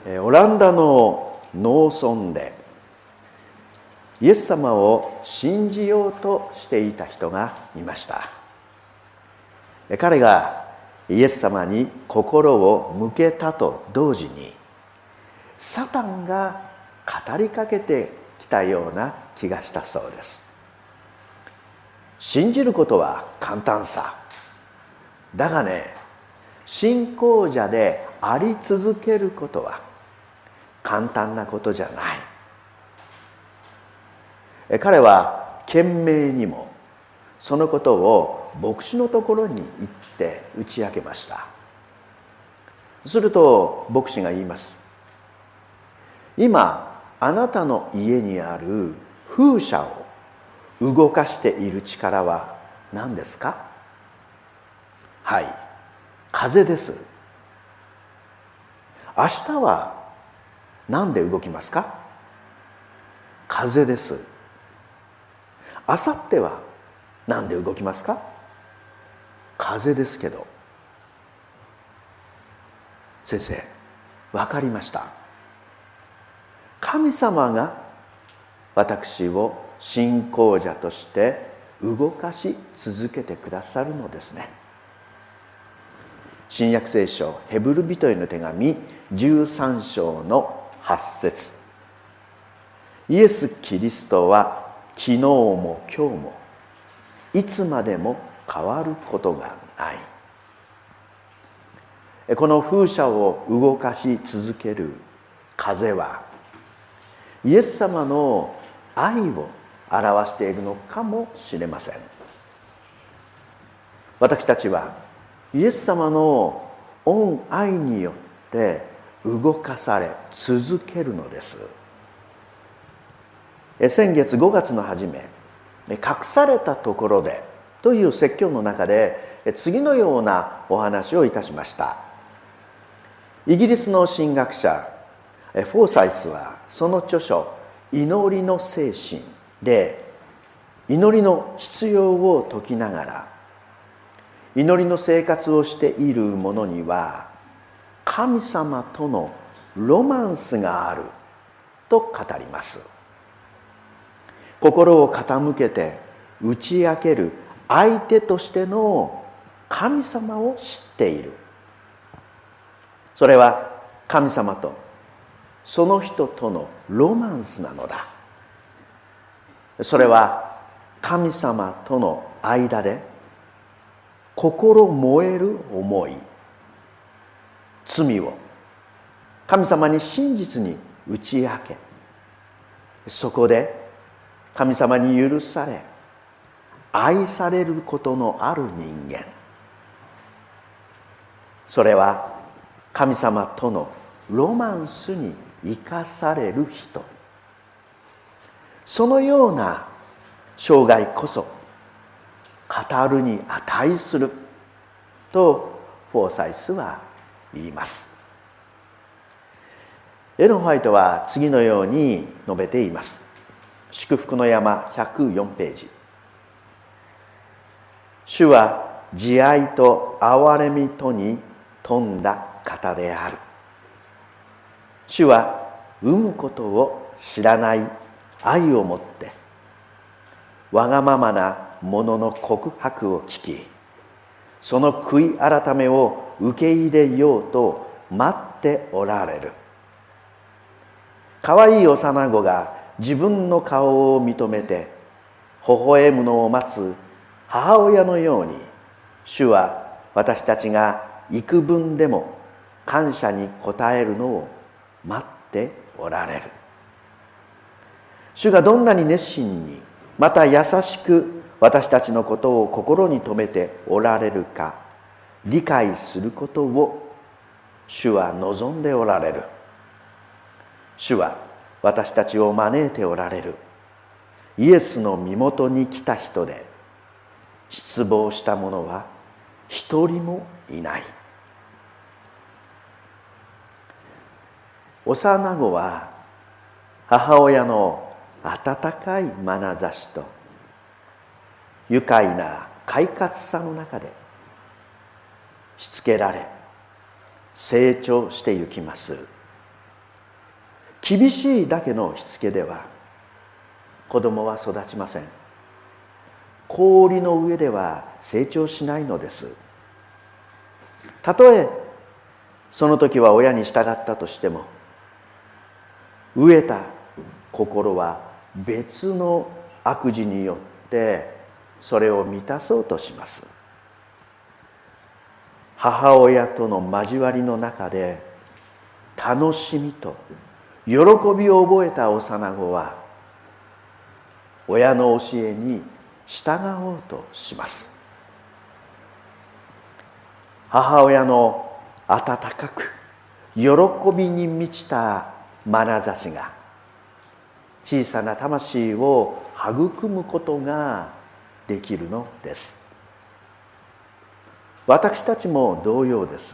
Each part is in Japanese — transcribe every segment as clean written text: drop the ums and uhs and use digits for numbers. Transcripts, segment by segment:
オランダの農村でイエス様を信じようとしていた人がいました。彼がイエス様に心を向けたと同時に、サタンが語りかけてきたような気がしたそうです。信じることは簡単さ。だがね、信仰者であり続けることは簡単なことじゃない。彼は懸命にもそのことを牧師のところに行って打ち明けました。すると牧師が言います。今あなたの家にある風車を動かしている力は何ですか？はい、風です。明日は何で動きますか？風です。明後日は何で動きますか？風ですけど。先生、分かりました。神様が私を信仰者として動かし続けてくださるのですね。新約聖書ヘブル人への手紙13章の8節。イエス・キリストは昨日も今日もいつまでも変わることがない。この風車を動かし続ける風はイエス様の愛を表しているのかもしれません。私たちはイエス様の御愛によって動かされ続けるのです。先月5月の初め、隠されたところでという説教の中で次のようなお話をいたしました。イギリスの神学者フォーサイスはその著書「祈りの精神」で祈りの必要を説きながら、祈りの生活をしている者には神様とのロマンスがあると語ります。心を傾けて打ち明ける相手としての神様を知っている。それは神様とその人とのロマンスなのだ。それは神様との間で心燃える思い、罪を神様に真実に打ち明け、そこで神様に許され愛されることのある人間、それは神様とのロマンスに生かされる人、そのような生涯こそ語るに値するとフォーサイスは言います。エロン・ホワイトは次のように述べています。祝福の山104ページ。主は慈愛と憐れみとに富んだ方である。主は産むことを知らない愛をもってわがままな者の告白を聞き、その悔い改めを受け入れようと待っておられる。かわいい幼子が自分の顔を認めて微笑むのを待つ母親のように、主は私たちが幾分でも感謝に応えるのを待っておられる。主がどんなに熱心にまた優しく私たちのことを心に留めておられるか理解することを主は望んでおられる。主は私たちを招いておられる。イエスの身元に来た人で失望した者は一人もいない。幼子は母親の温かい眼差しと愉快な快活さの中でしつけられ成長してゆきます。 厳しいだけのしつけでは子供は育ちません。氷の上では成長しないのです。たとえその時は親に従ったとしても、飢えた心は別の悪事によってそれを満たそうとします。母親との交わりの中で楽しみと喜びを覚えた幼子は親の教えに従おうとします。母親の温かく喜びに満ちた眼差しが小さな魂を育むことができるのです。私たちも同様です。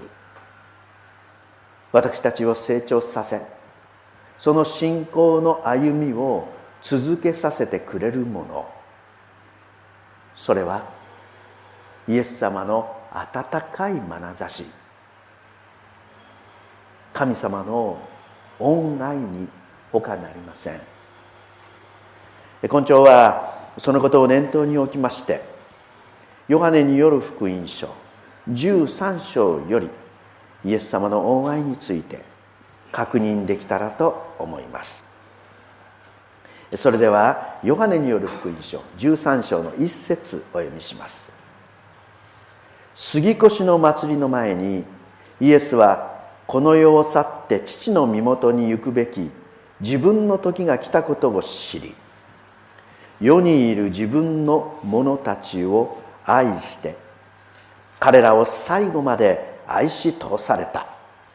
私たちを成長させ、その信仰の歩みを続けさせてくれるもの、それはイエス様の温かい眼差し、神様の恩愛に他なりません。今朝はそのことを念頭に置きまして、ヨハネによる福音書13章よりイエス様の恩愛について確認できたらと思います。それではヨハネによる福音書13章の1節お読みします。杉越の祭りの前にイエスはこの世を去って父の身元に行くべき自分の時が来たことを知り、世にいる自分の者たちを愛して彼らを最後まで愛し通された。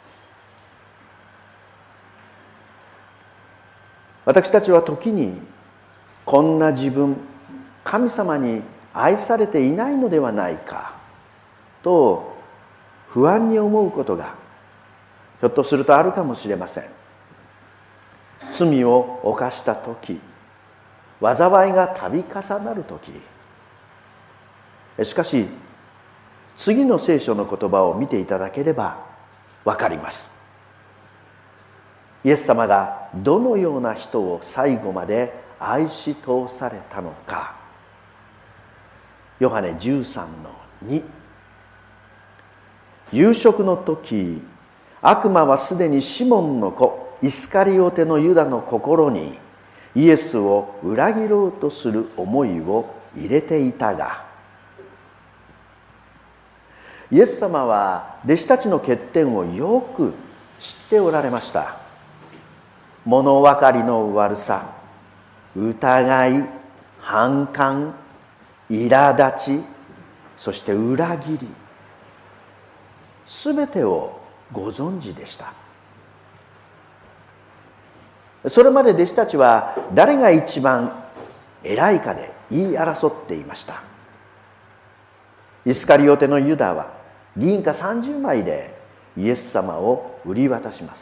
私たちは時にこんな自分、神様に愛されていないのではないかと不安に思うことがひょっとするとあるかもしれません。罪を犯した時、災いが度重なる時、しかし次の聖書の言葉を見ていただければわかります。イエス様がどのような人を最後まで愛し通されたのか。ヨハネ13の2。夕食の時、悪魔はすでにシモンの子イスカリオテのユダの心にイエスを裏切ろうとする思いを入れていたが、イエス様は弟子たちの欠点をよく知っておられました。物分かりの悪さ、疑い、反感、苛立ち、そして裏切り、すべてをご存知でした。それまで弟子たちは誰が一番偉いかで言い争っていました。イスカリオテのユダは銀貨30枚でイエス様を売り渡します。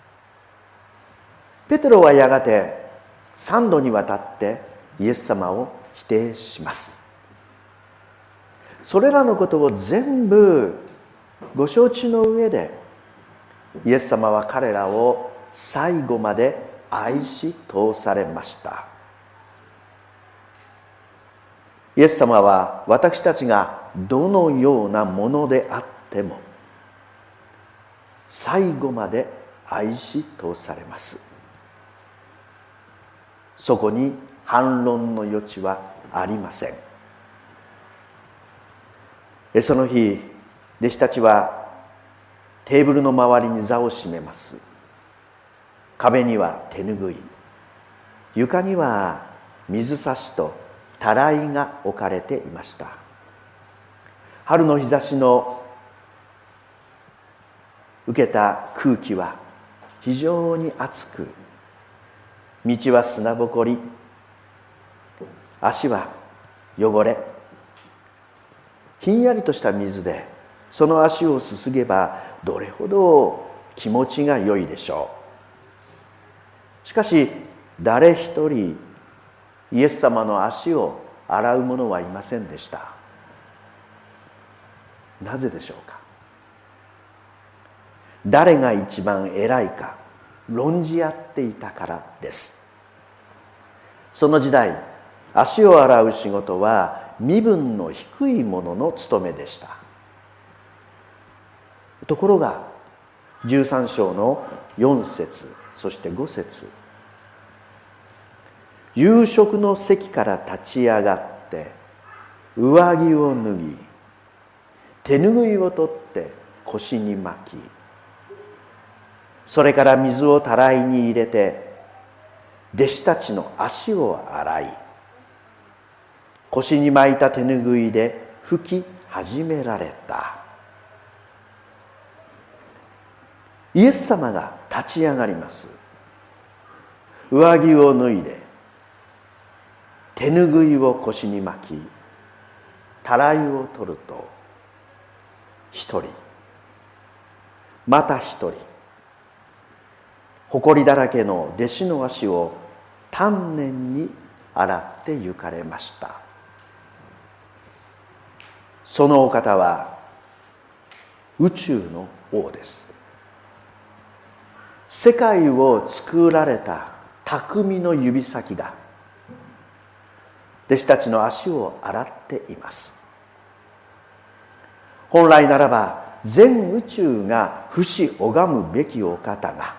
ペテロはやがて3度にわたってイエス様を否定します。それらのことを全部ご承知の上でイエス様は彼らを最後まで愛し通されました。イエス様は私たちがどのようなものであっても最後まで愛し通されます。そこに反論の余地はありません。その日、弟子たちはテーブルの周りに座を占めます。壁には手ぬぐい、床には水差しとたらいが置かれていました。春の日差しの受けた空気は非常に暑く、道は砂ぼこり、足は汚れ、ひんやりとした水でその足をすすげばどれほど気持ちが良いでしょう。しかし誰一人イエス様の足を洗う者はいませんでした。なぜでしょうか。誰が一番偉いか、 論じ合っていたからです。その時代、足を洗う仕事は身分の低い者の務めでした。ところが13章の4節そして5節、夕食の席から立ち上がって上着を脱ぎ、手ぬぐいを取って腰に巻き、それから水をたらいに入れて弟子たちの足を洗い、腰に巻いた手ぬぐいで拭き始められた。イエス様が立ち上がります。上着を脱いで手ぬぐいを腰に巻き、たらいを取ると、一人また一人、ほこりだらけの弟子の足を丹念に洗って行かれました。そのお方は宇宙の王です。世界を作られた匠の指先が弟子たちの足を洗っています。本来ならば全宇宙が不死拝むべきお方が、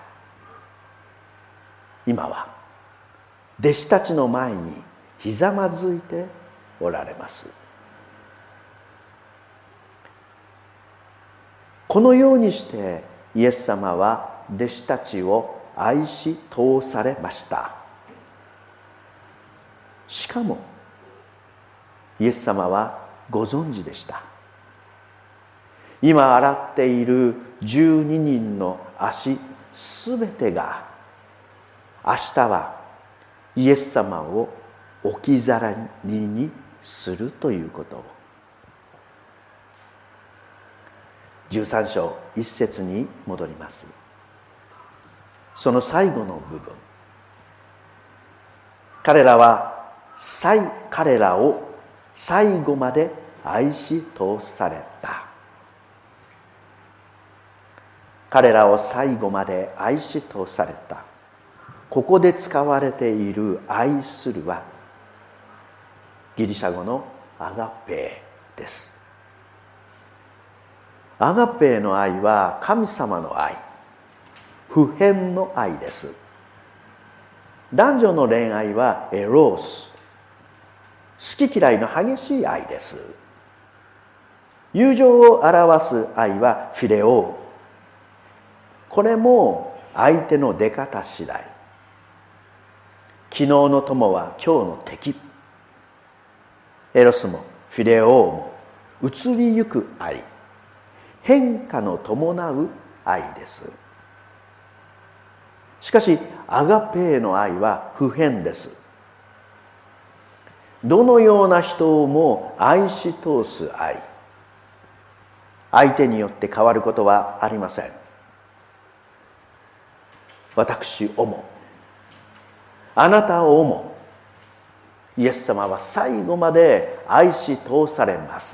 今は弟子たちの前にひざまずいておられます。このようにしてイエス様は弟子たちを愛し通されました。しかもイエス様はご存知でした。今洗っている12人の足すべてが明日はイエス様を置き去りにするということを、13章1節に戻ります。その最後の部分、彼らを最後まで愛し通された。彼らを最後まで愛し通された。ここで使われている愛するはギリシャ語のアガペーです。アガペーの愛は神様の愛、不変の愛です。男女の恋愛はエロース、好き嫌いの激しい愛です。友情を表す愛はフィレオー、これも相手の出方次第。昨日の友は今日の敵。エロスもフィレオーも移りゆく愛、変化の伴う愛です。しかしアガペーの愛は不変です。どのような人をも愛し通す愛、相手によって変わることはありません。私をもあなたをもイエス様は最後まで愛し通されます。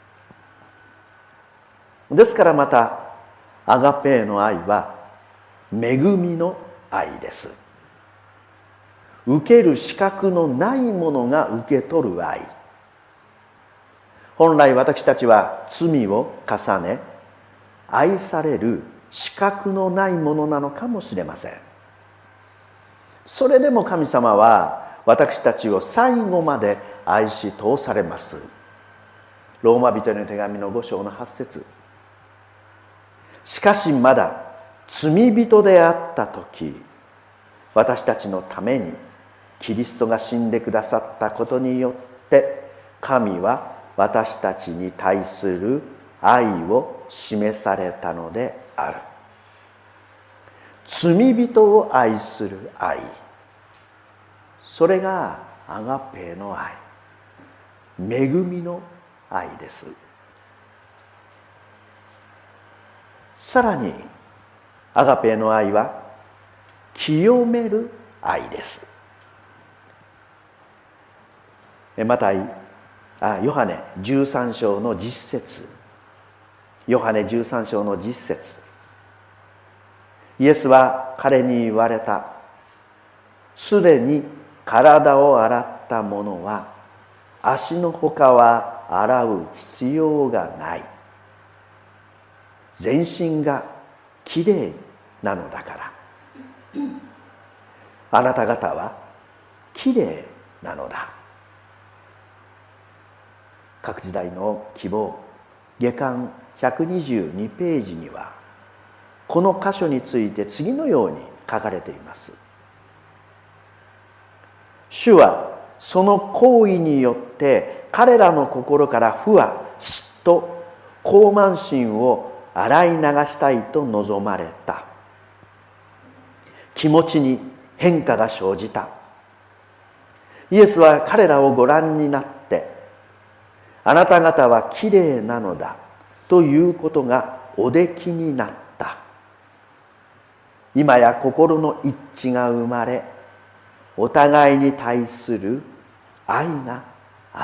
ですからまたアガペーの愛は恵みの愛です。受ける資格のないものが受け取る愛。本来私たちは罪を重ね愛される資格のないものなのかもしれません。それでも神様は私たちを最後まで愛し通されます。ローマ人への手紙の5章の8節、しかしまだ罪人であった時、私たちのためにキリストが死んでくださったことによって神は私たちに対する愛を示されたのである。罪人を愛する愛、それがアガペーの愛、恵みの愛です。さらにアガペーの愛は清める愛です。ヨハネ13章の10節、ヨハネ13章の10節、 イエスは彼に言われた。すでに体を洗った者は足のほかは洗う必要がない。全身がきれいなのだから。あなた方はきれいなのだ。各時代の希望下巻122ページにはこの箇所について次のように書かれています。主はその行為によって彼らの心から負は嫉妬傲慢心を洗い流したいと望まれた。気持ちに変化が生じた。イエスは彼らをご覧になって、あなた方はきれいなのだということがおできになった。今や心の一致が生まれ、お互いに対する愛があった。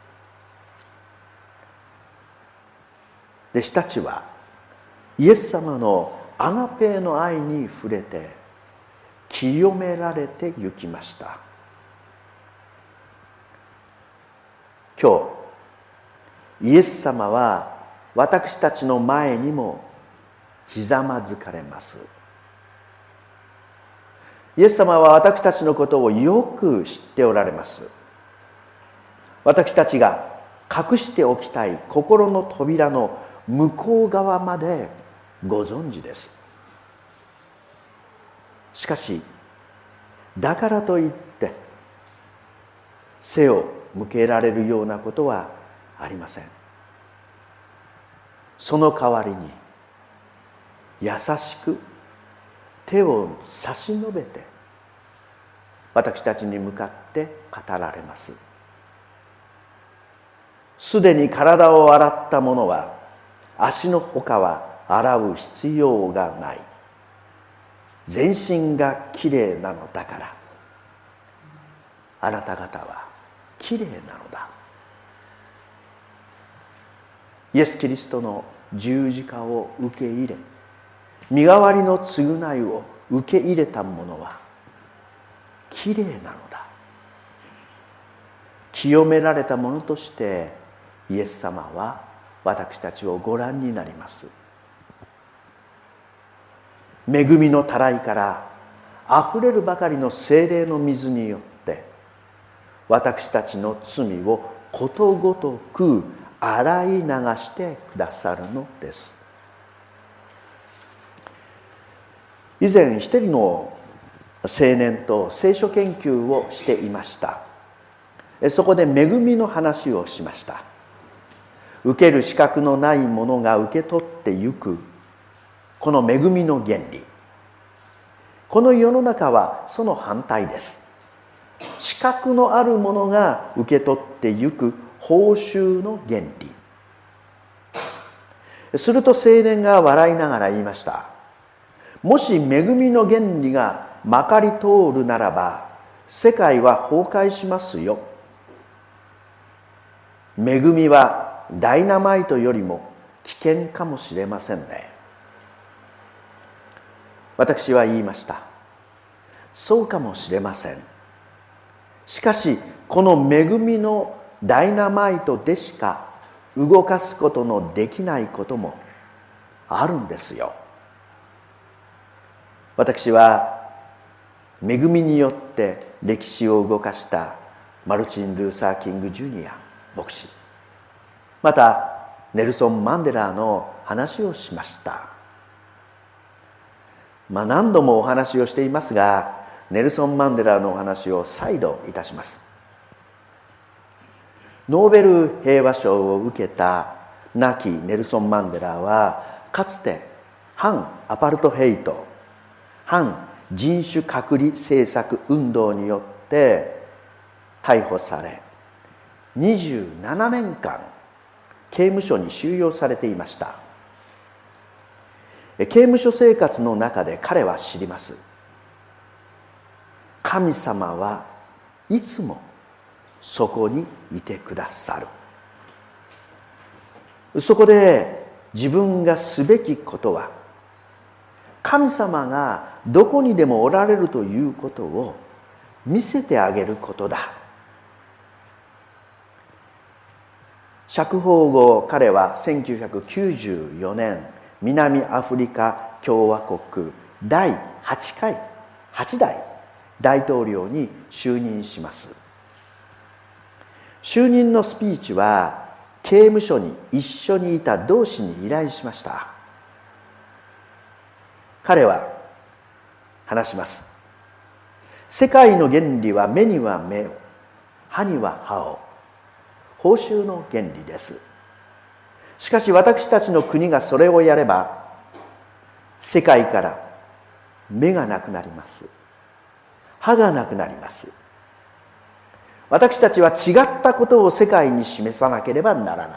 弟子たちはイエス様のアガペーの愛に触れて清められてゆきました。今日イエス様は私たちの前にもひざまずかれます。イエス様は私たちのことをよく知っておられます。私たちが隠しておきたい心の扉の向こう側までご存知です。しかしだからといって背を向けられるようなことはありません。その代わりに優しく手を差し伸べて私たちに向かって語られます。すでに体を洗った者は足のほかは洗う必要がない。全身がきれいなのだからあなた方はきれいなのだ。イエス・キリストの十字架を受け入れ、身代わりの償いを受け入れた者はきれいなのだ。清められた者としてイエス様は私たちをご覧になります。恵みのたらいからあふれるばかりの聖霊の水によって私たちの罪をことごとく洗い流してくださるのです。以前一人の青年と聖書研究をしていました。そこで恵みの話をしました。受ける資格のない者が受け取ってゆくこの恵みの原理、この世の中はその反対です。資格のある者が受け取ってゆく報酬の原理。すると青年が笑いながら言いました。もし恵みの原理がまかり通るならば世界は崩壊しますよ。恵みはダイナマイトよりも危険かもしれませんね。私は言いました。そうかもしれません。しかしこの恵みのダイナマイトでしか動かすことのできないこともあるんですよ。私は恵みによって歴史を動かしたマルチン・ルーサー・キング・ジュニア牧師、またネルソン・マンデラの話をしました。何度もお話をしていますが、ネルソン・マンデラのお話を再度いたします。ノーベル平和賞を受けた亡きネルソン・マンデラはかつて反アパルトヘイト、反人種隔離政策運動によって逮捕され27年間刑務所に収容されていました。刑務所生活の中で彼は知ります。神様はいつもそこにいてくださる。そこで自分がすべきことは神様がどこにでもおられるということを見せてあげることだ。釈放後、彼は1994年南アフリカ共和国第8代大統領に就任します。就任のスピーチは刑務所に一緒にいた同志に依頼しました。彼は話します。世界の原理は目には目を、歯には歯を、報酬の原理です。しかし私たちの国がそれをやれば、世界から目がなくなります。歯がなくなります。私たちは違ったことを世界に示さなければならない。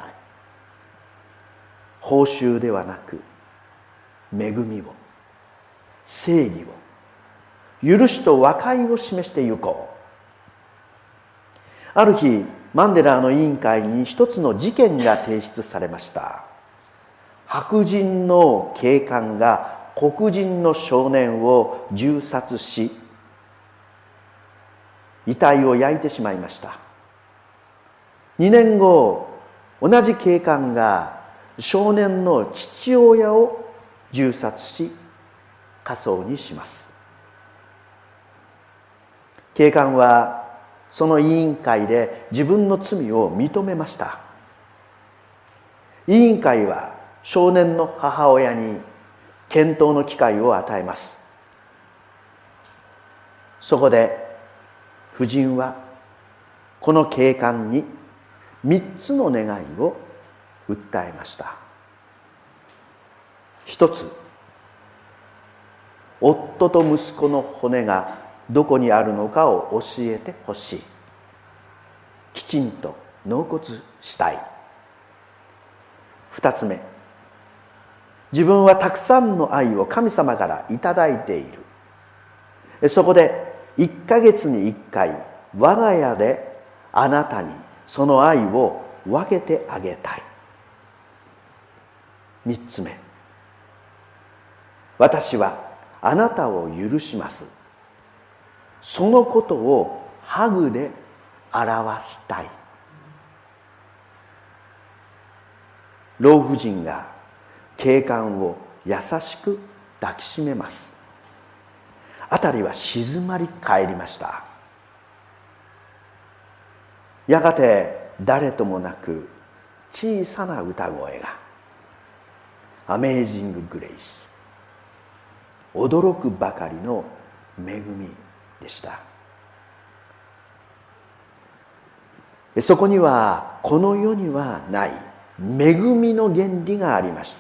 報酬ではなく、恵みを、正義を、許しと和解を示してゆこう。ある日、マンデラの委員会に一つの事件が提出されました。白人の警官が黒人の少年を銃殺し、遺体を焼いてしまいました。2年後、同じ警官が少年の父親を銃殺し、火葬にします。警官はその委員会で自分の罪を認めました。委員会は少年の母親に検討の機会を与えます。そこで夫人はこの警官に3つの願いを訴えました。一つ、夫と息子の骨がどこにあるのかを教えてほしい。きちんと納骨したい。二つ目、自分はたくさんの愛を神様からいただいている。そこで1ヶ月に1回我が家であなたにその愛を分けてあげたい。3つ目、私はあなたを許します。そのことをハグで表したい。老婦人が警官を優しく抱きしめます。辺りは静まり返りました。やがて誰ともなく小さな歌声が、アメージング・グレイス、驚くばかりの恵みでした。そこにはこの世にはない恵みの原理がありました。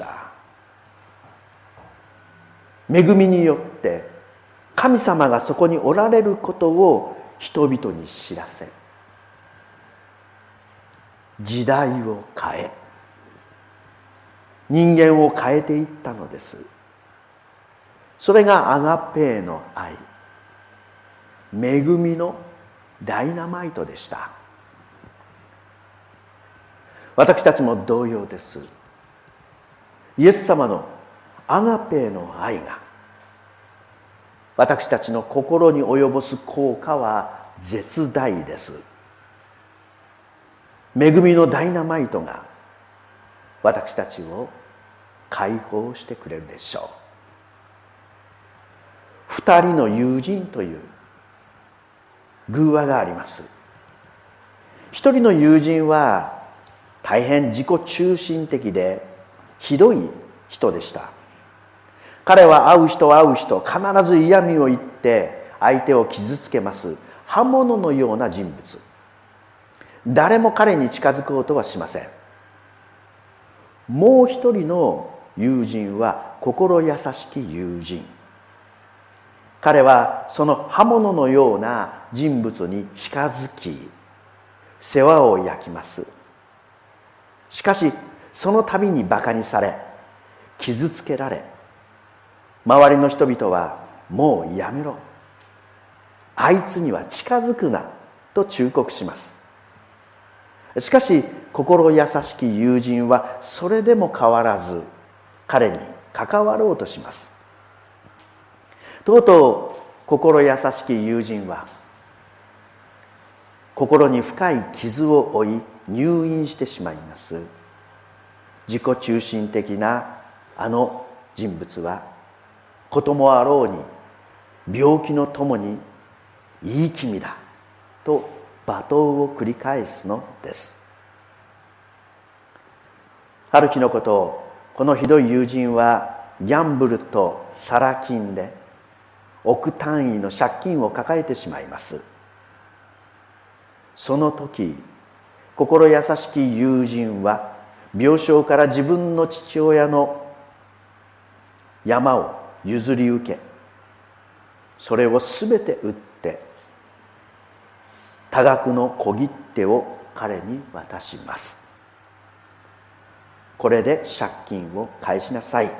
恵みによって神様がそこにおられることを人々に知らせ、時代を変え、人間を変えていったのです。それがアガペーの愛、恵みのダイナマイトでした。私たちも同様です。イエス様のアガペーの愛が私たちの心に及ぼす効果は絶大です。恵みのダイナマイトが私たちを解放してくれるでしょう。2人の友人という偶話があります。一人の友人は大変自己中心的でひどい人でした。彼は会う人必ず嫌味を言って相手を傷つけます刃物のような人物。誰も彼に近づこうとはしません。もう一人の友人は心優しき友人。彼はその刃物のような人物に近づき世話を焼きます。しかしその度にバカにされ傷つけられ、周りの人々はもうやめろ、あいつには近づくなと忠告します。しかし心優しき友人はそれでも変わらず彼に関わろうとします。 とうとう心優しき友人は心に深い傷を負い入院してしまいます。自己中心的なあの人物はこともあろうに病気のともにいい気味だと罵倒を繰り返すのです。ある日のこと、このひどい友人はギャンブルとサラ金で億単位の借金を抱えてしまいます。その時、心優しき友人は病床から自分の父親の山を譲り受け、それをすべて売って多額の小切手を彼に渡します。これで借金を返しなさい。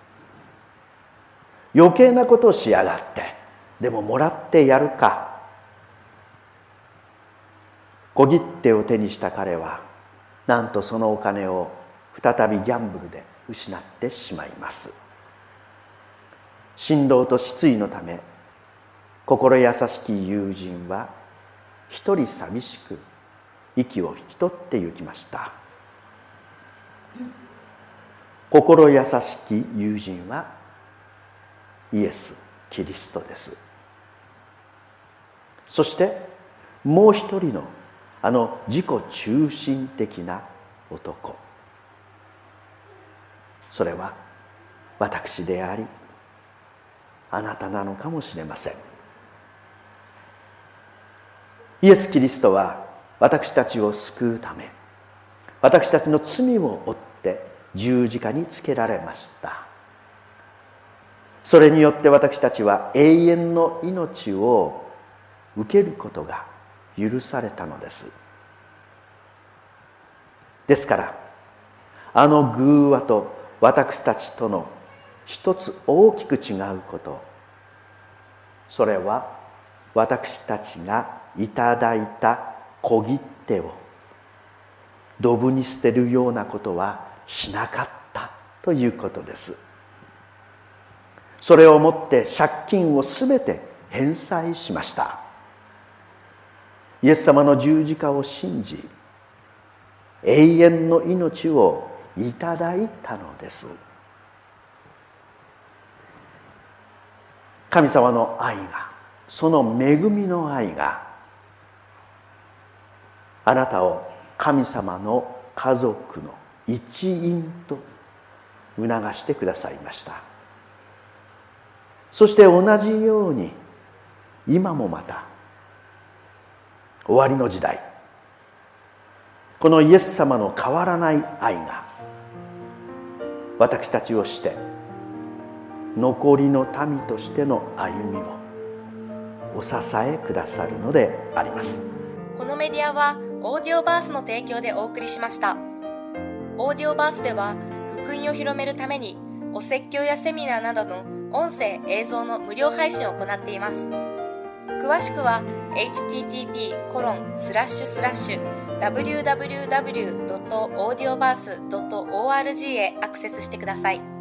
余計なことをしやがって、でももらってやるか。小切手を手にした彼は、なんとそのお金を再びギャンブルで失ってしまいます。心労と失意のため、心優しき友人は一人寂しく息を引き取って行きました。心優しき友人はイエス・キリストです。そしてもう一人のあの自己中心的な男、それは私でありあなたなのかもしれません。イエス・キリストは私たちを救うため、私たちの罪を負って十字架につけられました。それによって私たちは永遠の命を受けることが許されたのです。ですから、あの偶話と私たちとの一つ大きく違うこと、それは私たちがいただいた小切手をドブに捨てるようなことはしなかったということです。それをもって借金をすべて返済しました。イエス様の十字架を信じ、永遠の命をいただいたのです。神様の愛が、その恵みの愛があなたを神様の家族の一員と促してくださいました。そして同じように今もまた終わりの時代、このイエス様の変わらない愛が私たちをして残りの民としての歩みをお支えくださるのであります。 このメディアはオーディオバースの提供でお送りしました。オーディオバースでは福音を広めるためにお説教やセミナーなどの音声映像の無料配信を行っています。詳しくは http://www.audioverse.org へアクセスしてください。